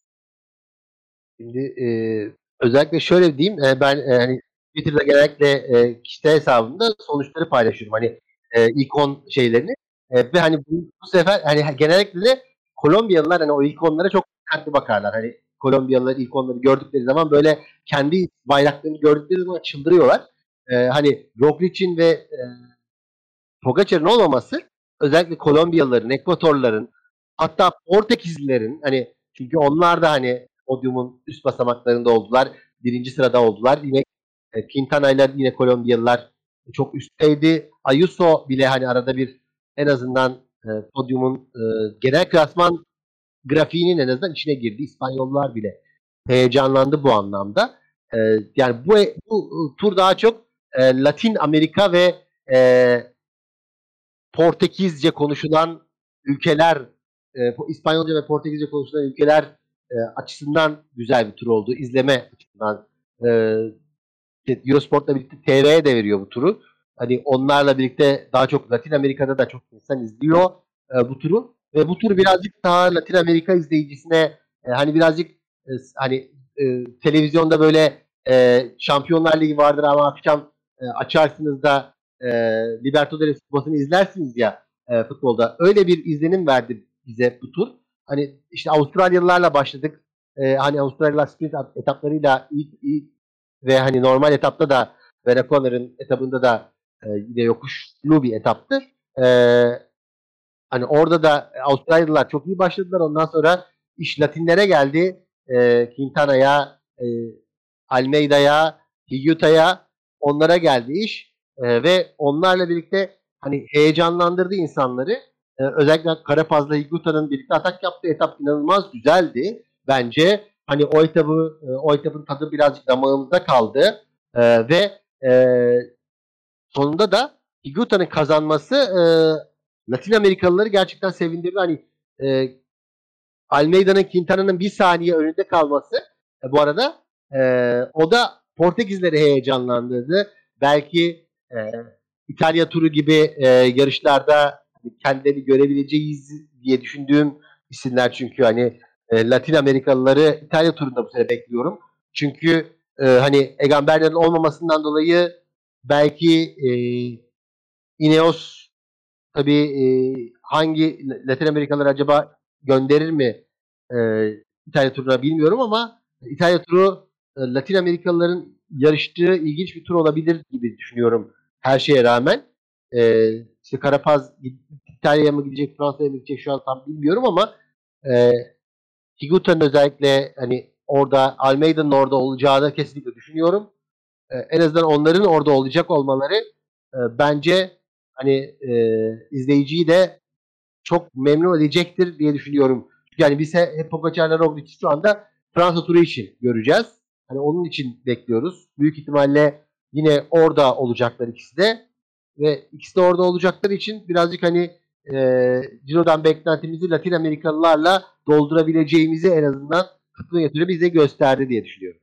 Şimdi özellikle şöyle diyeyim, ben hani Twitter'da genellikle kişisel hesabımda sonuçları paylaşıyorum. Hani ilk 10 şeylerini ve hani bu sefer hani genellikle de Kolombiyalılar hani o ilk 10'lara çok dikkatli bakarlar. Hani Kolombiyalılar ilk 10'ları gördükleri zaman böyle kendi bayraklarını gördükleri zaman çıldırıyorlar. Hani Roglic'in ve Pogacar'ın olmaması özellikle Kolombiyalıların, Ekvatorların, hatta Portekizlilerin, hani çünkü onlar da hani podyumun üst basamaklarında oldular. Birinci sırada oldular. Yine Quintana ile yine Kolombiyalılar çok üstteydi. Ayuso bile hani arada bir en azından podyumun genel klasman grafiğinin en azından içine girdi. İspanyollar bile heyecanlandı bu anlamda. Yani bu tur daha çok Latin Amerika ve Portekizce konuşulan ülkeler, İspanyolca ve Portekizce konuşulan ülkeler açısından güzel bir tur oldu. İzleme açısından. Eurosport'la birlikte TR'ye de veriyor bu turu. Hani onlarla birlikte daha çok Latin Amerika'da da çok insan izliyor bu turu. Ve bu tur birazcık daha Latin Amerika izleyicisine hani birazcık hani televizyonda böyle Şampiyonlar Ligi vardır ama akşam açarsınız da Libertadores kupasını izlersiniz ya futbolda. Öyle bir izlenim verdi bize bu tur. Hani işte Avustralyalılarla başladık. Hani Avustralyalılar sprint etaplarıyla iyi ve hani normal etapta da Veracruz'un etabında da yine yokuşlu bir etaptı. Hani orada da Avustralyalılar çok iyi başladılar. Ondan sonra iş Latinlere geldi. Quintana'ya, Almeida'ya, Higuita'ya, onlara geldi iş. Ve onlarla birlikte hani heyecanlandırdı insanları. Özellikle Carapaz'la Higuita'nın birlikte atak yaptığı etap inanılmaz güzeldi. Bence hani o etabın tadı birazcık damağımızda kaldı. Ve sonunda da Higuita'nın kazanması Latin Amerikalıları gerçekten sevindirdi. Hani Almeida'nın Quintana'nın bir saniye önünde kalması bu arada o da Portekizleri heyecanlandırdı. Belki İtalya turu gibi yarışlarda kendilerini görebileceğiz diye düşündüğüm isimler, çünkü hani Latin Amerikalıları İtalya turunda bu sene bekliyorum. Çünkü hani Egan Bernal'in olmamasından dolayı belki Ineos tabii hangi Latin Amerikalılar acaba gönderir mi İtalya turuna bilmiyorum ama İtalya turu Latin Amerikalıların yarıştığı ilginç bir tur olabilir gibi düşünüyorum her şeye rağmen. İşte Carapaz İtalya'ya mı gidecek, Fransa'ya mı gidecek şu an tam bilmiyorum ama Higuita'nın özellikle hani orada Almeida'nın orada olacağını kesinlikle düşünüyorum. En azından onların orada olacak olmaları bence hani izleyiciyi de çok memnun edecektir diye düşünüyorum. Yani biz hep Pogacar'la Roglic'i şu anda Fransa turu için göreceğiz. Hani onun için bekliyoruz. Büyük ihtimalle yine orada olacaklar ikisi de. Ve ikisi de orada olacakları için birazcık hani Ciro'dan beklentimizi Latin Amerikalılarla doldurabileceğimizi en azından kısmı yatırı bize gösterdi diye düşünüyorum.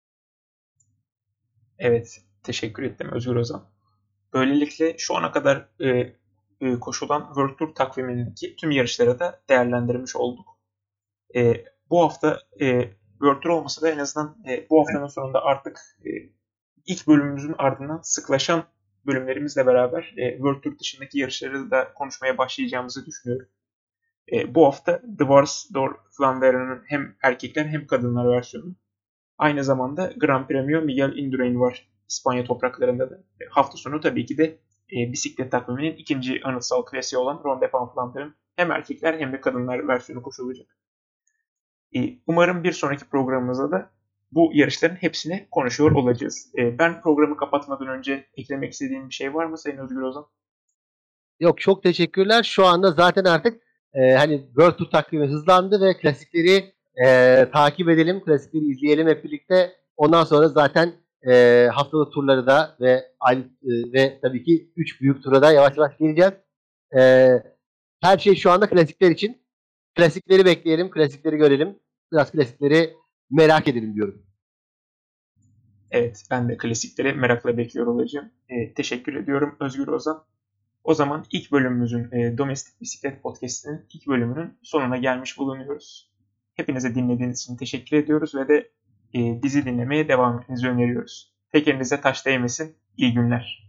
Evet, teşekkür ettim Özgür Ozan. Böylelikle şu ana kadar koşulan World Tour takvimindeki tüm yarışları da değerlendirmiş olduk. Bu hafta World Tour olmasa da en azından bu haftanın sonunda artık ilk bölümümüzün ardından sıklaşan bölümlerimizle beraber World Tour dışındaki yarışları da konuşmaya başlayacağımızı düşünüyorum. Bu hafta The Wars door Flanderen'ın hem erkekler hem kadınlar versiyonu. Aynı zamanda Gran Premio Miguel Indurain var İspanya topraklarında da. Hafta sonu tabii ki de bisiklet takviminin ikinci anıtsal klasiği olan Ronde van Vlaanderen hem erkekler hem de kadınlar versiyonu koşulacak. Umarım bir sonraki programımızda da bu yarışların hepsini konuşuyor olacağız. Ben programı kapatmadan önce eklemek istediğim bir şey var mı Sayın Özgür Ozan? Yok, çok teşekkürler. Şu anda zaten artık hani World Tour takvimi hızlandı ve klasikleri takip edelim, klasikleri izleyelim hep birlikte. Ondan sonra zaten haftalık turları da ve tabii ki 3 büyük tura da yavaş yavaş geleceğiz. Her şey şu anda klasikler için. Klasikleri bekleyelim, klasikleri görelim. Biraz klasikleri merak edelim diyorum. Evet, ben de klasikleri merakla bekliyor olacağım. Teşekkür ediyorum Özgür Ozan. O zaman ilk bölümümüzün Domestik Bisiklet Podcast'inin ilk bölümünün sonuna gelmiş bulunuyoruz. Hepinize dinlediğiniz için teşekkür ediyoruz ve de bizi dinlemeye devam etmenizi öneriyoruz. Tekerinize taş değmesin. İyi günler.